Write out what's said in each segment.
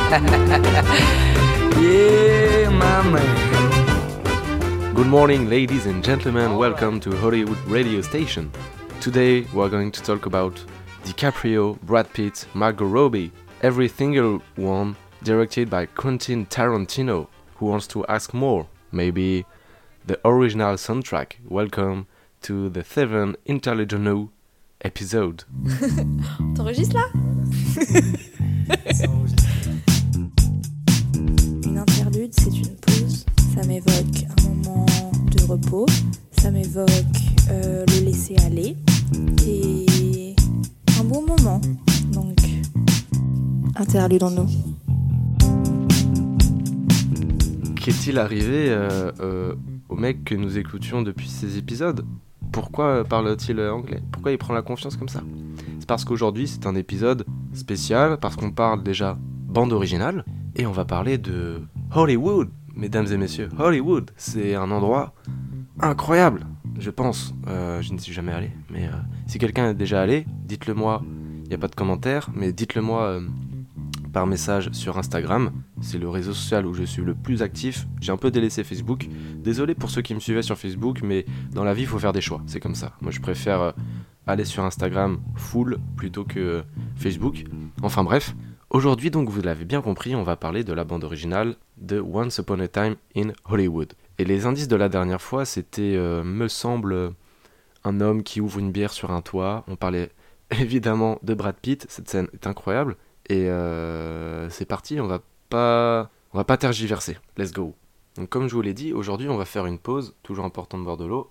Yeah, my man. Good morning, ladies and gentlemen. Welcome to Hollywood Radio Station. Today we are going to talk about DiCaprio, Brad Pitt, Margot Robbie, every single one directed by Quentin Tarantino. Who wants to ask more? Maybe the original soundtrack. Welcome to the 7 Intelligent episode. T'enregistres là? Une interlude, c'est une pause. Ça m'évoque un moment de repos. Ça m'évoque le laisser aller. Et un bon moment. Donc, interlude en nous. Qu'est-il arrivé au mec que nous écoutions depuis ces épisodes? Pourquoi parle-t-il anglais? Pourquoi il prend la confiance comme ça? C'est parce qu'aujourd'hui c'est un épisode spécial, parce qu'on parle déjà bande originale, et on va parler de Hollywood, mesdames et messieurs. Hollywood, c'est un endroit incroyable, je pense. Je ne suis jamais allé, mais si quelqu'un est déjà allé, dites-le moi. Il n'y a pas de commentaire, mais dites-le moi par message sur Instagram. C'est le réseau social où je suis le plus actif. J'ai un peu délaissé Facebook. Désolé pour ceux qui me suivaient sur Facebook, mais dans la vie, il faut faire des choix. C'est comme ça. Moi, je préfère aller sur Instagram full plutôt que Facebook. Enfin bref. Aujourd'hui, donc, vous l'avez bien compris, on va parler de la bande originale de Once Upon a Time in Hollywood. Et les indices de la dernière fois, c'était, me semble, un homme qui ouvre une bière sur un toit. On parlait évidemment de Brad Pitt. Cette scène est incroyable. Et c'est parti, on va pas tergiverser. Let's go. Donc comme je vous l'ai dit, aujourd'hui on va faire une pause, toujours important de boire de l'eau.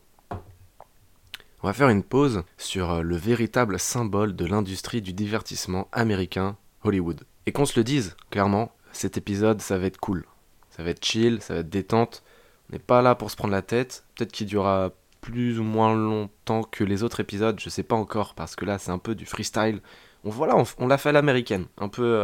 On va faire une pause sur le véritable symbole de l'industrie du divertissement américain, Hollywood. Et qu'on se le dise, clairement, cet épisode ça va être cool. Ça va être chill, ça va être détente. On n'est pas là pour se prendre la tête. Peut-être qu'il durera plus ou moins longtemps que les autres épisodes, je sais pas encore, parce que là c'est un peu du freestyle. On l'a fait à l'américaine, un peu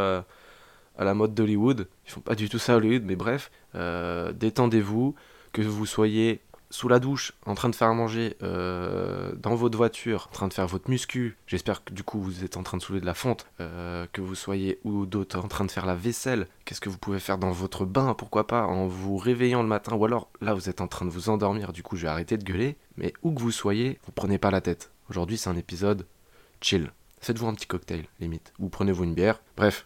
à la mode d'Hollywood. Ils font pas du tout ça à Hollywood, mais bref, détendez-vous, que vous soyez sous la douche, en train de faire à manger, dans votre voiture, en train de faire votre muscu. J'espère que du coup vous êtes en train de soulever de la fonte, que vous soyez ou d'autres en train de faire la vaisselle. Qu'est-ce que vous pouvez faire dans votre bain, pourquoi pas, en vous réveillant le matin, ou alors là vous êtes en train de vous endormir, du coup je vais arrêter de gueuler. Mais où que vous soyez, vous prenez pas la tête. Aujourd'hui c'est un épisode chill. Faites-vous un petit cocktail, limite. Ou prenez-vous une bière. Bref,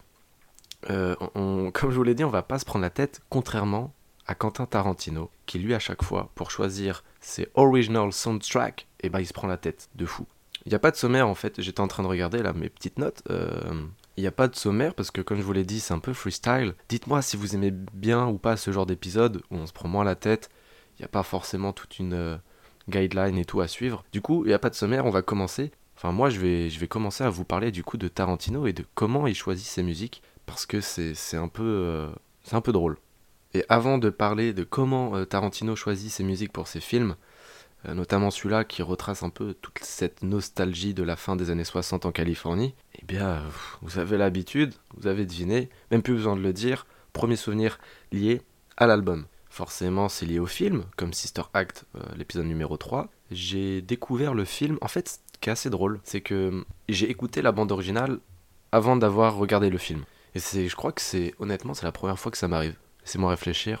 comme je vous l'ai dit, on va pas se prendre la tête, contrairement à Quentin Tarantino, qui lui, à chaque fois, pour choisir ses original soundtracks, il se prend la tête de fou. Il n'y a pas de sommaire, en fait. J'étais en train de regarder, là, mes petites notes. Il n'y a pas de sommaire, parce que, comme je vous l'ai dit, c'est un peu freestyle. Dites-moi si vous aimez bien ou pas ce genre d'épisode, où on se prend moins la tête. Il n'y a pas forcément toute une guideline et tout à suivre. Du coup, il n'y a pas de sommaire, on va commencer. Enfin, moi, je vais commencer à vous parler du coup de Tarantino et de comment il choisit ses musiques, parce que c'est un peu drôle. Et avant de parler de comment Tarantino choisit ses musiques pour ses films, notamment celui-là qui retrace un peu toute cette nostalgie de la fin des années 60 en Californie, eh bien, vous avez l'habitude, vous avez deviné, même plus besoin de le dire, premier souvenir lié à l'album. Forcément, c'est lié au film, comme Sister Act, l'épisode numéro 3. J'ai découvert le film, en fait, ce qui est assez drôle, c'est que j'ai écouté la bande originale avant d'avoir regardé le film. Et je crois que honnêtement, c'est la première fois que ça m'arrive. Laissez-moi réfléchir.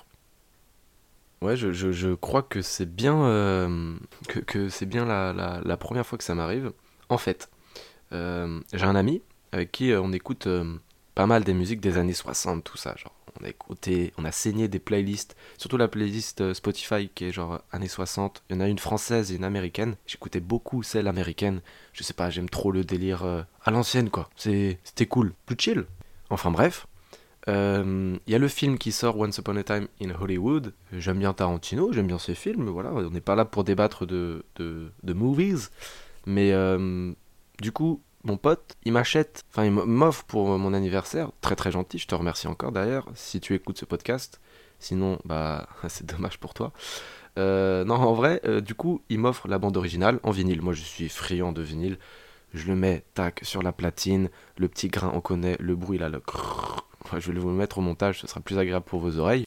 Ouais, je crois que c'est bien, que c'est bien la première fois que ça m'arrive. En fait, j'ai un ami avec qui on écoute pas mal des musiques des années 60, tout ça, genre. On a saigné des playlists, surtout la playlist Spotify qui est genre années 60. Il y en a une française et une américaine. J'écoutais beaucoup celle américaine. Je sais pas, j'aime trop le délire à l'ancienne quoi. C'était cool, plus chill. Enfin bref, il y a le film qui sort Once Upon a Time in Hollywood. J'aime bien Tarantino, j'aime bien ses films. Voilà, on n'est pas là pour débattre de movies. Mais du coup, mon pote, il m'offre pour mon anniversaire, très très gentil, je te remercie encore d'ailleurs, si tu écoutes ce podcast, sinon, c'est dommage pour toi. Non, en vrai, du coup, il m'offre la bande originale en vinyle, moi je suis friand de vinyle, je le mets, tac, sur la platine, le petit grain, on connaît, le bruit là, le crrrr, je vais vous le mettre au montage, ce sera plus agréable pour vos oreilles.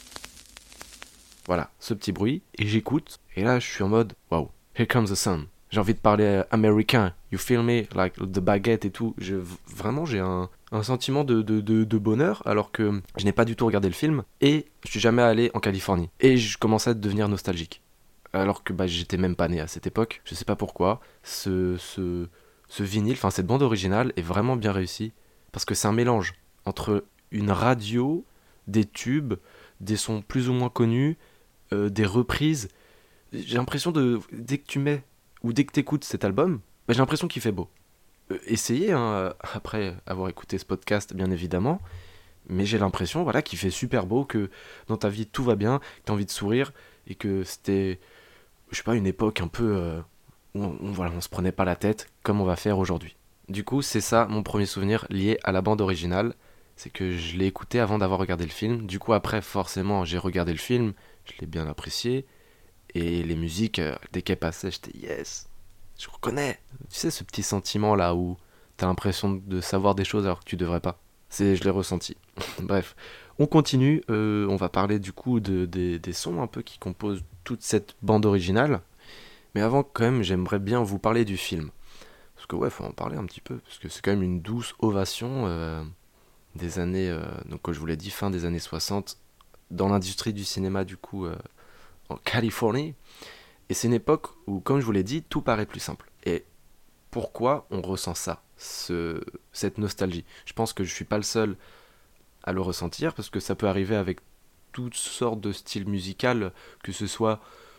Voilà, ce petit bruit, et j'écoute, et là je suis en mode, wow, here comes the sun. J'ai envie de parler américain, you feel me, like the baguette et tout. Vraiment, j'ai un un sentiment de bonheur, alors que je n'ai pas du tout regardé le film, et je suis jamais allé en Californie. Et je commençais à devenir nostalgique. Alors que j'étais même pas né à cette époque, je sais pas pourquoi. Ce vinyle, enfin cette bande originale est vraiment bien réussie, parce que c'est un mélange entre une radio, des tubes, des sons plus ou moins connus, des reprises. J'ai l'impression dès que tu mets, ou dès que t'écoutes cet album, j'ai l'impression qu'il fait beau. Essayez, hein, après avoir écouté ce podcast, bien évidemment, mais j'ai l'impression voilà, qu'il fait super beau, que dans ta vie tout va bien, que t'as envie de sourire, et que c'était, je sais pas, une époque un peu où on se prenait pas la tête, comme on va faire aujourd'hui. Du coup, c'est ça mon premier souvenir lié à la bande originale, c'est que je l'ai écouté avant d'avoir regardé le film. Du coup, après, forcément, j'ai regardé le film, je l'ai bien apprécié, et les musiques, dès qu'elles passaient, j'étais yes, je reconnais. Tu sais, ce petit sentiment là où t'as l'impression de savoir des choses alors que tu devrais pas. Je l'ai ressenti. Bref, on continue. On va parler du coup des sons un peu qui composent toute cette bande originale. Mais avant, quand même, j'aimerais bien vous parler du film. Parce que ouais, faut en parler un petit peu. Parce que c'est quand même une douce ovation des années, donc comme je vous l'ai dit, fin des années 60, dans l'industrie du cinéma du coup en Californie. Et c'est une époque où, comme je vous l'ai dit, tout paraît plus simple. Et pourquoi on ressent ça, cette nostalgie? Je pense que je suis pas le seul à le ressentir, parce que ça peut arriver avec toutes sortes de styles musicaux, que ce soit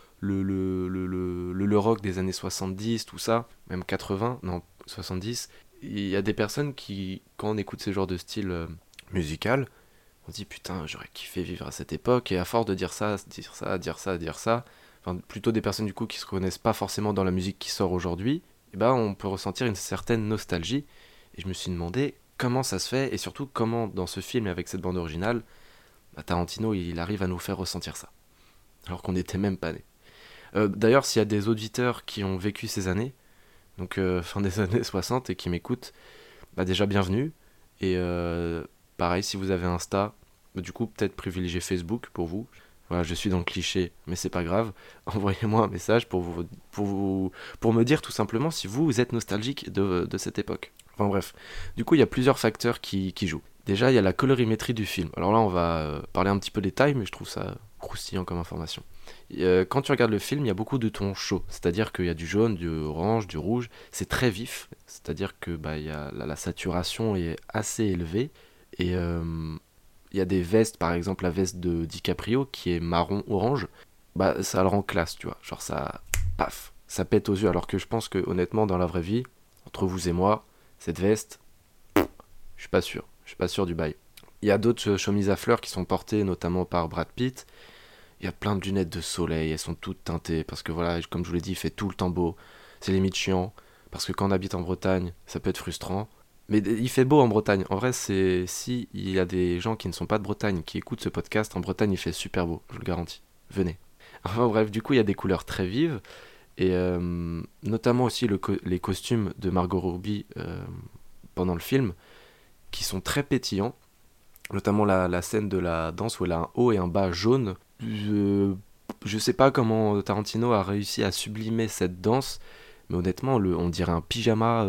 le rock des années 70, tout ça, même 80, non, 70. Il y a des personnes qui, quand on écoute ce genre de style musical, on se dit putain, j'aurais kiffé vivre à cette époque, et à force de dire ça, enfin, plutôt des personnes du coup qui se reconnaissent pas forcément dans la musique qui sort aujourd'hui, et on peut ressentir une certaine nostalgie. Et je me suis demandé comment ça se fait, et surtout comment dans ce film avec cette bande originale, Tarantino il arrive à nous faire ressentir ça, alors qu'on n'était même pas nés. D'ailleurs, s'il y a des auditeurs qui ont vécu ces années, donc fin des années 60 et qui m'écoutent, déjà bienvenue. Et pareil, si vous avez Insta, du coup peut-être privilégier Facebook pour vous. Voilà, je suis dans le cliché, mais c'est pas grave. Envoyez-moi un message pour me dire tout simplement si vous êtes nostalgique de cette époque. Enfin bref, du coup il y a plusieurs facteurs qui jouent. Déjà, il y a la colorimétrie du film. Alors là, on va parler un petit peu des détails, mais je trouve ça croustillant comme information. Quand tu regardes le film, il y a beaucoup de tons chauds, c'est-à-dire qu'il y a du jaune, du orange, du rouge. C'est très vif, c'est-à-dire que il y a, la saturation est assez élevée. Et il y a des vestes, par exemple la veste de DiCaprio qui est marron-orange. Ça le rend classe, tu vois. Genre ça, paf, ça pète aux yeux. Alors que je pense que honnêtement, dans la vraie vie, entre vous et moi, cette veste, je suis pas sûr. Je suis pas sûr du bail. Il y a d'autres chemises à fleurs qui sont portées notamment par Brad Pitt. Il y a plein de lunettes de soleil, elles sont toutes teintées parce que voilà, comme je vous l'ai dit, il fait tout le temps beau. C'est limite chiant parce que quand on habite en Bretagne, ça peut être frustrant. Mais il fait beau en Bretagne. En vrai, si il y a des gens qui ne sont pas de Bretagne qui écoutent ce podcast, en Bretagne, il fait super beau, je vous le garantis. Venez. Enfin bref, du coup, il y a des couleurs très vives et notamment aussi les costumes de Margot Robbie pendant le film, qui sont très pétillants, notamment la scène de la danse où elle a un haut et un bas jaune. Je sais pas comment Tarantino a réussi à sublimer cette danse, mais honnêtement, on dirait un pyjama.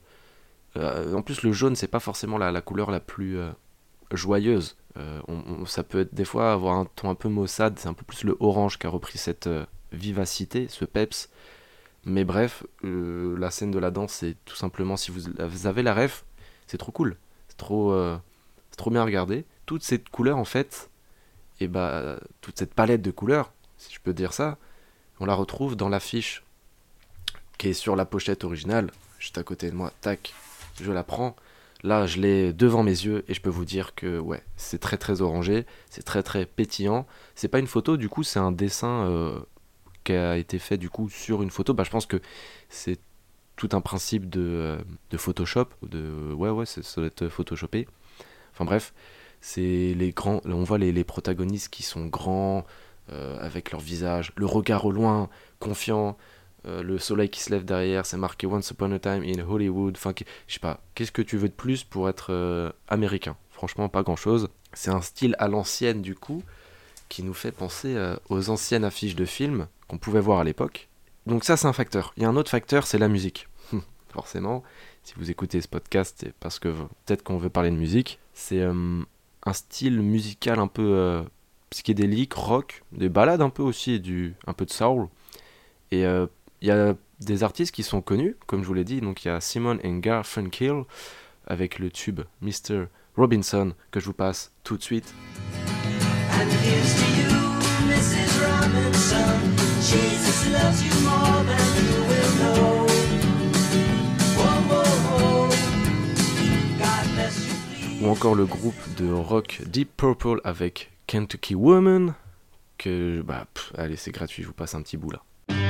En plus, le jaune, c'est pas forcément la couleur la plus joyeuse. Ça peut être des fois avoir un ton un peu maussade, c'est un peu plus le orange qui a repris cette vivacité, ce peps. Mais bref, la scène de la danse, c'est tout simplement, si vous avez la ref, c'est trop cool. C'est trop bien regardé. Toute cette couleur en fait, et toute cette palette de couleurs, si je peux dire ça, on la retrouve dans l'affiche qui est sur la pochette originale, juste à côté de moi, tac, je la prends. Là, je l'ai devant mes yeux et je peux vous dire que ouais, c'est très très orangé, c'est très très pétillant. C'est pas une photo, du coup, c'est un dessin qui a été fait du coup sur une photo. Je pense que c'est tout un principe de Photoshop, ça doit être photoshopé. Enfin bref, c'est les grands, on voit les protagonistes qui sont grands, avec leur visage, le regard au loin, confiant, le soleil qui se lève derrière, c'est marqué Once Upon a Time in Hollywood. Enfin, je sais pas, qu'est-ce que tu veux de plus pour être américain? Franchement, pas grand-chose. C'est un style à l'ancienne du coup, qui nous fait penser aux anciennes affiches de films qu'on pouvait voir à l'époque. Donc ça, c'est un facteur. Il y a un autre facteur, c'est la musique. Forcément, si vous écoutez ce podcast, c'est parce que peut-être qu'on veut parler de musique. C'est un style musical un peu psychédélique, rock, des ballades un peu aussi, et un peu de soul. Et il y a des artistes qui sont connus, comme je vous l'ai dit. Donc il y a Simon & Garfunkel avec le tube Mr. Robinson que je vous passe tout de suite. And here's to you, Mrs. Robinson. Jesus loves you more than you will know. Whoa, whoa, whoa. God bless you, please. Ou encore le groupe de rock Deep Purple avec Kentucky Woman. Allez, c'est gratuit, je vous passe un petit bout là.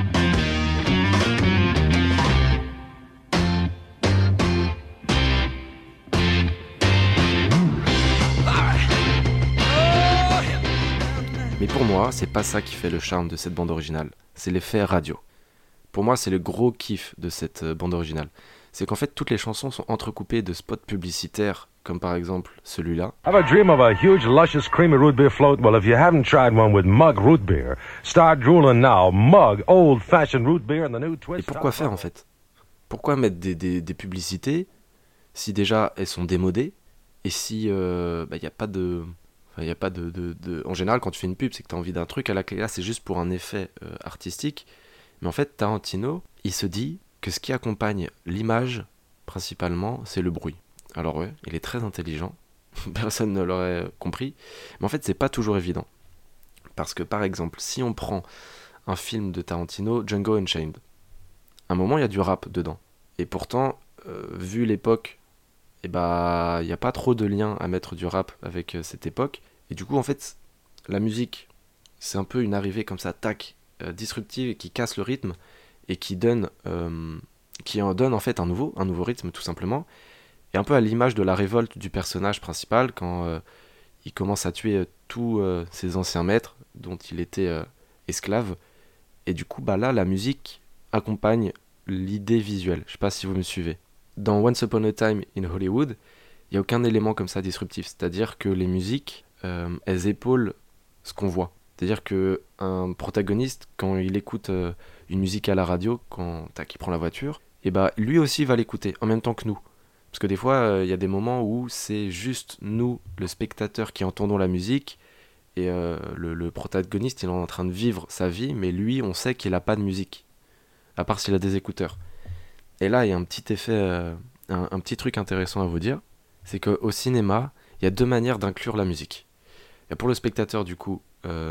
Mais pour moi, c'est pas ça qui fait le charme de cette bande originale, c'est l'effet radio. Pour moi, c'est le gros kiff de cette bande originale. C'est qu'en fait, toutes les chansons sont entrecoupées de spots publicitaires, comme par exemple celui-là. Have a dream of a huge, luscious, creamy root beer float? Well, if you haven't tried one with Mug Root Beer, start drooling now. Mug, old-fashioned root beer and the new twist. Et pourquoi faire en fait ? Pourquoi mettre des publicités si déjà elles sont démodées et si y a pas de... Enfin, y a pas de... En général, quand tu fais une pub, c'est que tu as envie d'un truc. À la clé, là, c'est juste pour un effet artistique. Mais en fait, Tarantino, il se dit que ce qui accompagne l'image, principalement, c'est le bruit. Alors ouais, il est très intelligent. Personne ne l'aurait compris. Mais en fait, c'est pas toujours évident. Parce que, par exemple, si on prend un film de Tarantino, Django Unchained, à un moment, il y a du rap dedans. Et pourtant, vu l'époque... il n'y a pas trop de lien à mettre du rap avec cette époque. Et du coup, en fait, la musique, c'est un peu une arrivée comme ça, tac, disruptive, et qui casse le rythme, et qui en donne en fait un nouveau rythme, tout simplement. Et un peu à l'image de la révolte du personnage principal, quand il commence à tuer tous ses anciens maîtres, dont il était esclave. Et du coup, là, la musique accompagne l'idée visuelle. Je sais pas si vous me suivez. Dans Once Upon a Time in Hollywood, il n'y a aucun élément comme ça disruptif. C'est-à-dire que les musiques, elles épaulent ce qu'on voit. C'est-à-dire qu'un protagoniste, quand il écoute une musique à la radio, quand il prend la voiture, lui aussi va l'écouter en même temps que nous. Parce que des fois, il y a des moments où c'est juste nous, le spectateur, qui entendons la musique, et le protagoniste, il est en train de vivre sa vie, mais lui, on sait qu'il n'a pas de musique, à part s'il a des écouteurs. Et là, il y a un petit effet, un petit truc intéressant à vous dire, c'est qu'au cinéma, il y a deux manières d'inclure la musique. Et pour le spectateur, du coup,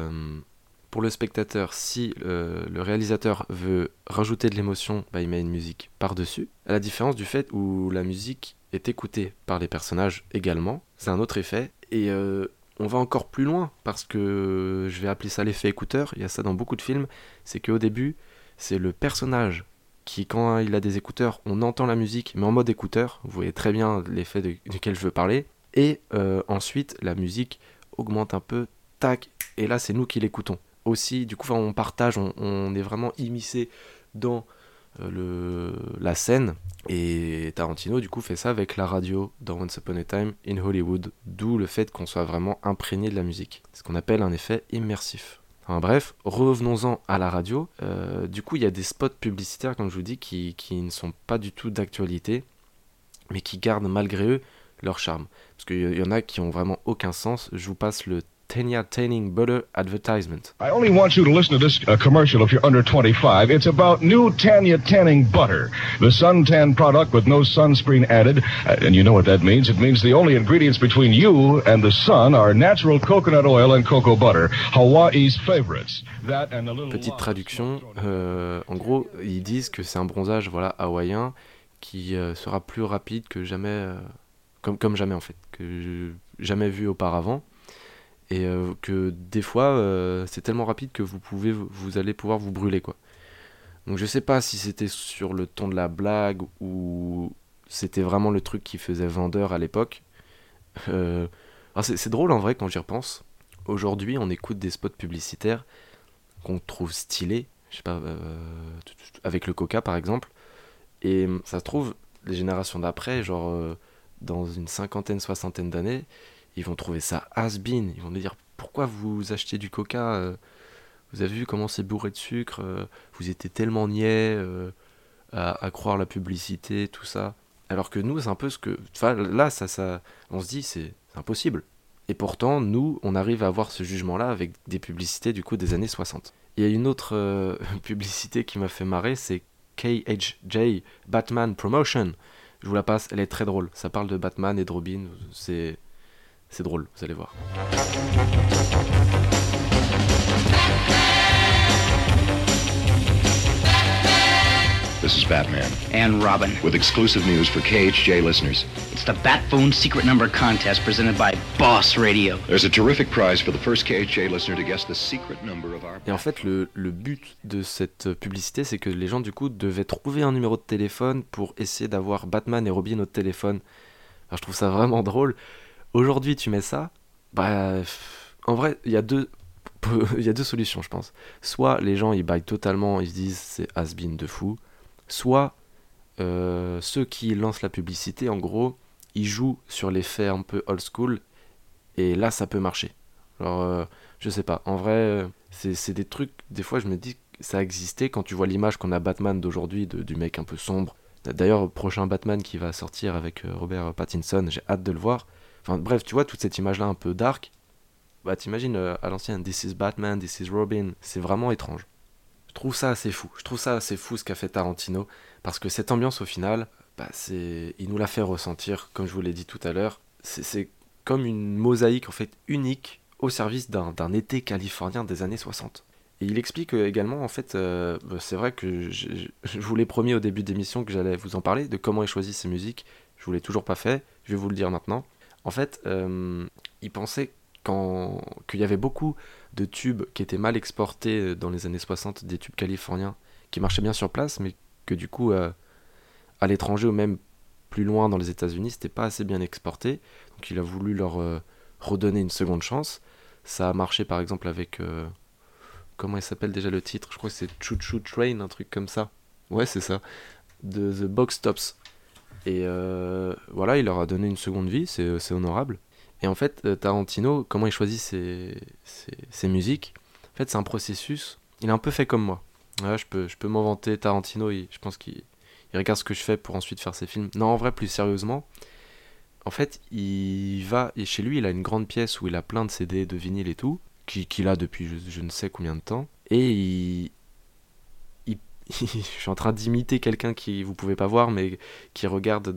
si le réalisateur veut rajouter de l'émotion, il met une musique par-dessus. À la différence du fait où la musique est écoutée par les personnages également, c'est un autre effet. Et on va encore plus loin, parce que je vais appeler ça l'effet écouteur, il y a ça dans beaucoup de films, c'est qu'au début, c'est le personnage qui, quand il a des écouteurs, on entend la musique, mais en mode écouteur, vous voyez très bien l'effet duquel je veux parler, et ensuite, la musique augmente un peu, tac, et là, c'est nous qui l'écoutons. Aussi, du coup, on partage, on est vraiment immiscé dans la scène, et Tarantino, du coup, fait ça avec la radio dans Once Upon a Time in Hollywood, d'où le fait qu'on soit vraiment imprégné de la musique, ce qu'on appelle un effet immersif. Enfin, bref, revenons-en à la radio. Du coup, il y a des spots publicitaires, comme je vous dis, qui ne sont pas du tout d'actualité, mais qui gardent malgré eux leur charme. Parce qu'il y en a qui ont vraiment aucun sens. Je vous passe le Tanya Tanning Butter Advertisement. I only want you to listen to this commercial if you're under 25. It's about new Tanya Tanning Butter, the suntan product with no sunscreen added. And you know what that means. It means the only ingredients between you and the sun are natural coconut oil and cocoa butter, Hawaii's favorites. That and a little Petite traduction, en gros, ils disent que c'est un bronzage hawaïen qui sera plus rapide que jamais, comme jamais en fait, que jamais vu auparavant. Et que des fois, c'est tellement rapide que vous allez pouvoir vous brûler, quoi. Donc je sais pas si c'était sur le ton de la blague ou c'était vraiment le truc qui faisait vendeur à l'époque. C'est drôle en vrai quand j'y repense. Aujourd'hui, on écoute des spots publicitaires qu'on trouve stylés, je sais pas, avec le Coca par exemple. Et ça se trouve, les générations d'après, genre dans une cinquantaine, soixantaine d'années, ils vont trouver ça has-been. Ils vont nous dire pourquoi vous achetez du Coca, vous avez vu comment c'est bourré de sucre, vous étiez tellement niais à croire la publicité, tout ça. Alors que nous, c'est un peu ce que... Enfin, là, on se dit, c'est impossible. Et pourtant, nous, on arrive à avoir ce jugement-là avec des publicités, du coup, des années 60. Il y a une autre publicité qui m'a fait marrer, c'est KHJ Batman Promotion. Je vous la passe, elle est très drôle. Ça parle de Batman et de Robin, c'est drôle, vous allez voir. This is Batman, and Robin. with exclusive news for KHJ listeners. It's the Batphone Secret Number Contest presented by Boss Radio. There's a terrific prize for the first KHJ listener to guess the secret number of our... Et en fait, le but de cette publicité, c'est que les gens, du coup, devaient trouver un numéro de téléphone pour essayer d'avoir Batman et Robin au téléphone. Alors, je trouve ça vraiment drôle. Aujourd'hui, tu mets ça, en vrai, il y a deux solutions, je pense. Soit les gens, ils baillent totalement, ils se disent, c'est has-been de fou. Soit ceux qui lancent la publicité, en gros, ils jouent sur l'effet un peu old school, et là, ça peut marcher. Alors, je sais pas, en vrai, c'est des trucs, des fois, je me dis que ça existait quand tu vois l'image qu'on a Batman d'aujourd'hui, du mec un peu sombre. D'ailleurs, le prochain Batman qui va sortir avec Robert Pattinson, j'ai hâte de le voir. Enfin, bref, tu vois, toute cette image-là un peu dark, bah, t'imagines à l'ancienne, This is Batman, This is Robin, c'est vraiment étrange. Je trouve ça assez fou ce qu'a fait Tarantino, parce que cette ambiance au final, il nous l'a fait ressentir, comme je vous l'ai dit tout à l'heure, c'est comme une mosaïque en fait unique au service d'un été californien des années 60. Et il explique également, en fait, c'est vrai que je vous l'ai promis au début d'émission que j'allais vous en parler, de comment il choisit ses musiques, je vous l'ai toujours pas fait, je vais vous le dire maintenant. En fait, il pensait qu'il y avait beaucoup de tubes qui étaient mal exportés dans les années 60, des tubes californiens qui marchaient bien sur place, mais que du coup, à l'étranger ou même plus loin dans les États-Unis, c'était pas assez bien exporté. Donc il a voulu leur redonner une seconde chance. Ça a marché par exemple avec... comment il s'appelle déjà le titre ? Je crois que c'est Choo Choo Train, un truc comme ça. Ouais, c'est ça. De The Box Tops. Et voilà, il leur a donné une seconde vie, c'est honorable. Et en fait, Tarantino, comment il choisit ses musiques ? En fait, c'est un processus. Il est un peu fait comme moi. Ouais, je peux m'en vanter. Tarantino, je pense qu'il regarde ce que je fais pour ensuite faire ses films. Non, en vrai, plus sérieusement, en fait, il va... Et chez lui, il a une grande pièce où il a plein de CD, de vinyle et tout, qu'il a depuis je ne sais combien de temps. Et je suis en train d'imiter quelqu'un qui vous pouvez pas voir, mais qui regarde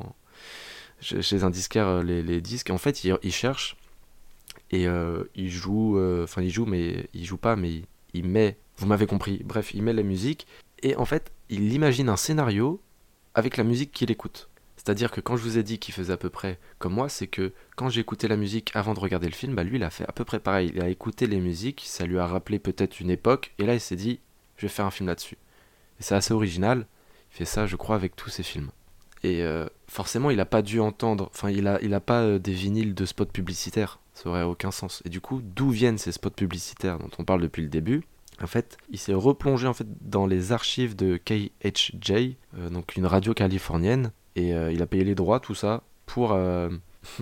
chez un disquaire les disques. En fait, il cherche et il joue, mais il joue pas, mais il met, vous m'avez compris, bref, il met la musique et en fait, il imagine un scénario avec la musique qu'il écoute. C'est-à-dire que quand je vous ai dit qu'il faisait à peu près comme moi, c'est que quand j'ai écouté la musique avant de regarder le film, lui, il a fait à peu près pareil. Il a écouté les musiques, ça lui a rappelé peut-être une époque, et là, il s'est dit, je vais faire un film là-dessus. Et c'est assez original. Il fait ça, je crois, avec tous ses films. Et forcément, il n'a pas dû entendre... Enfin, il a pas des vinyles de spots publicitaires. Ça aurait aucun sens. Et du coup, d'où viennent ces spots publicitaires dont on parle depuis le début ? En fait, il s'est replongé en fait, dans les archives de KHJ, donc une radio californienne, et il a payé les droits, tout ça, pour... En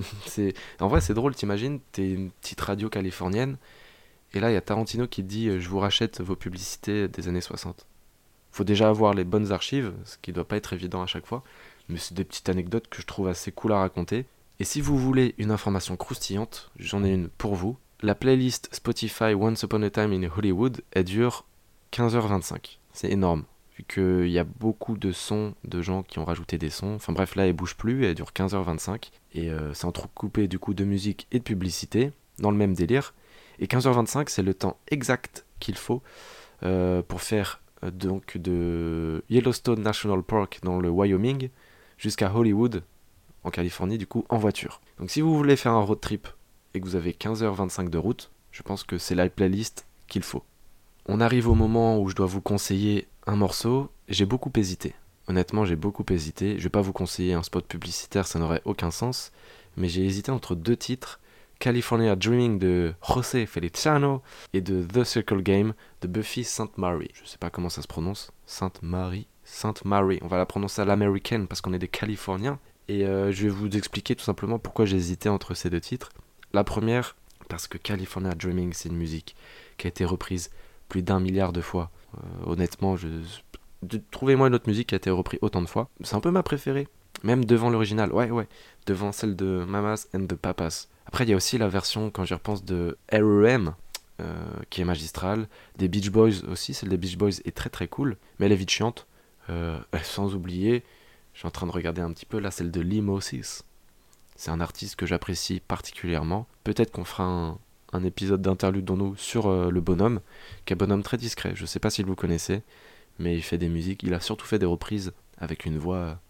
vrai, c'est drôle, t'imagines, t'es une petite radio californienne, et là, il y a Tarantino qui te dit « Je vous rachète vos publicités des années 60 ». Faut déjà avoir les bonnes archives, ce qui doit pas être évident à chaque fois, mais c'est des petites anecdotes que je trouve assez cool à raconter. Et si vous voulez une information croustillante, j'en ai une pour vous. La playlist Spotify Once Upon a Time in Hollywood, elle dure 15h25. C'est énorme, vu qu'il y a beaucoup de sons de gens qui ont rajouté des sons. Enfin bref, là, elle bouge plus, elle dure 15h25. Et c'est entrecoupé du coup de musique et de publicité, dans le même délire. Et 15h25, c'est le temps exact qu'il faut pour faire... donc de Yellowstone National Park dans le Wyoming jusqu'à Hollywood en Californie du coup en voiture. Donc si vous voulez faire un road trip et que vous avez 15h25 de route, je pense que c'est la playlist qu'il faut. On arrive au moment où je dois vous conseiller un morceau. J'ai beaucoup hésité. Honnêtement, j'ai beaucoup hésité. Je vais pas vous conseiller un spot publicitaire, ça n'aurait aucun sens, mais j'ai hésité entre deux titres. California Dreaming de José Feliciano et de The Circle Game de Buffy Sainte-Marie. Je sais pas comment ça se prononce. Sainte-Marie. On va la prononcer à l'américaine parce qu'on est des Californiens. Et je vais vous expliquer tout simplement pourquoi j'ai hésité entre ces deux titres. La première, parce que California Dreaming, c'est une musique qui a été reprise plus d'1 milliard de fois. Honnêtement, trouvez-moi une autre musique qui a été reprise autant de fois. C'est un peu ma préférée. Même devant l'original, ouais, devant celle de Mamas and the Papas. Après, il y a aussi la version, quand j'y repense, de R.E.M., qui est magistrale. Des Beach Boys aussi, celle des Beach Boys est très très cool, mais elle est vite chiante. Sans oublier, je suis en train de regarder un petit peu, là, celle de Lee Moses. C'est un artiste que j'apprécie particulièrement. Peut-être qu'on fera un épisode d'interlude dans nous sur le bonhomme, qui est un bonhomme très discret. Je sais pas si vous connaissez, mais il fait des musiques. Il a surtout fait des reprises avec une voix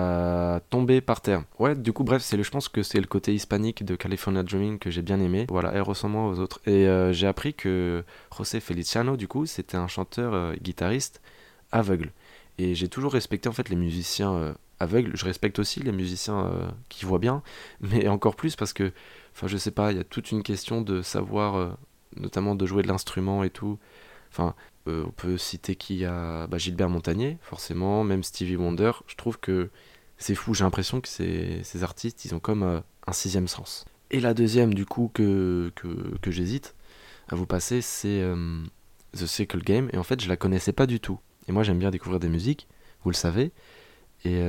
à tomber par terre. Ouais, du coup, bref, je pense que c'est le côté hispanique de California Dreaming que j'ai bien aimé. Voilà, elle ressemble moins aux autres. Et j'ai appris que José Feliciano, du coup, c'était un chanteur guitariste aveugle. Et j'ai toujours respecté en fait les musiciens aveugles. Je respecte aussi les musiciens qui voient bien, mais encore plus parce que, enfin, je sais pas, il y a toute une question de savoir, notamment de jouer de l'instrument et tout. Enfin, on peut citer qui a Gilbert Montagnier, forcément, même Stevie Wonder. Je trouve que c'est fou, j'ai l'impression que ces artistes, ils ont comme un sixième sens. Et la deuxième, du coup, que j'hésite à vous passer, c'est The Circle Game. Et en fait, je la connaissais pas du tout. Et moi, j'aime bien découvrir des musiques, vous le savez. Et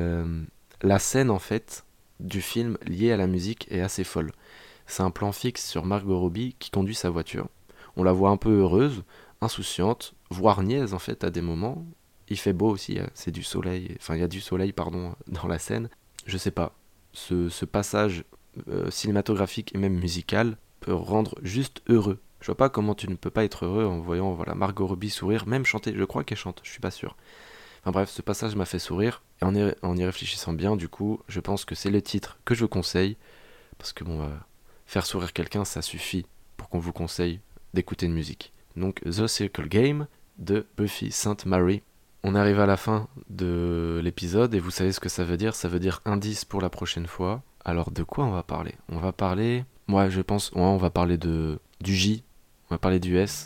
la scène, en fait, du film liée à la musique est assez folle. C'est un plan fixe sur Margot Robbie qui conduit sa voiture. On la voit un peu heureuse, insouciante, voire niaise en fait à des moments. Il fait beau aussi, c'est du soleil, enfin il y a du soleil pardon dans la scène. Je sais pas, ce passage cinématographique et même musical peut rendre juste heureux. Je vois pas comment tu ne peux pas être heureux en voyant Margot Robbie sourire, même chanter, je crois qu'elle chante, je suis pas sûr. Enfin bref, ce passage m'a fait sourire, et en y réfléchissant bien du coup, je pense que c'est le titre que je conseille, parce que faire sourire quelqu'un ça suffit pour qu'on vous conseille d'écouter une musique. Donc The Circle Game de Buffy Sainte-Marie. On arrive à la fin de l'épisode et vous savez ce que ça veut dire indice pour la prochaine fois. Alors de quoi on va parler ? On va parler, moi je pense, on va parler du J, on va parler du S.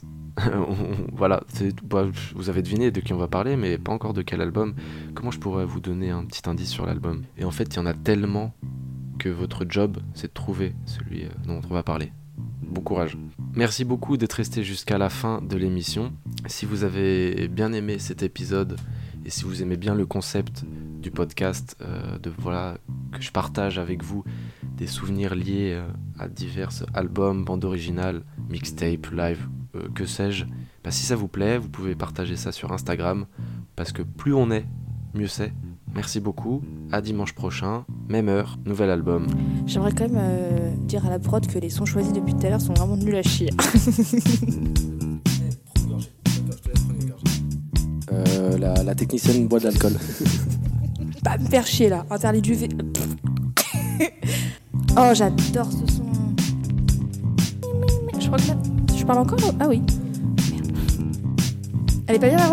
Voilà, vous avez deviné de qui on va parler, mais pas encore de quel album. Comment je pourrais vous donner un petit indice sur l'album ? Et en fait, il y en a tellement que votre job, c'est de trouver celui dont on va parler. Bon courage. Merci beaucoup d'être resté jusqu'à la fin de l'émission. Si vous avez bien aimé cet épisode et si vous aimez bien le concept du podcast, que je partage avec vous des souvenirs liés à divers albums, bandes originales, mixtapes, live, que sais-je, si ça vous plaît, vous pouvez partager ça sur Instagram parce que plus on est, mieux c'est. Merci beaucoup, à dimanche prochain, même heure, nouvel album. J'aimerais quand même dire à la prod que les sons choisis depuis tout à l'heure sont vraiment nuls à chier. La technicienne boit de l'alcool. Pas me faire chier là, interdit du V. Oh, j'adore ce son. Je crois que là, je parle encore. Ah oui. Merde. Elle est pas bien la voix ?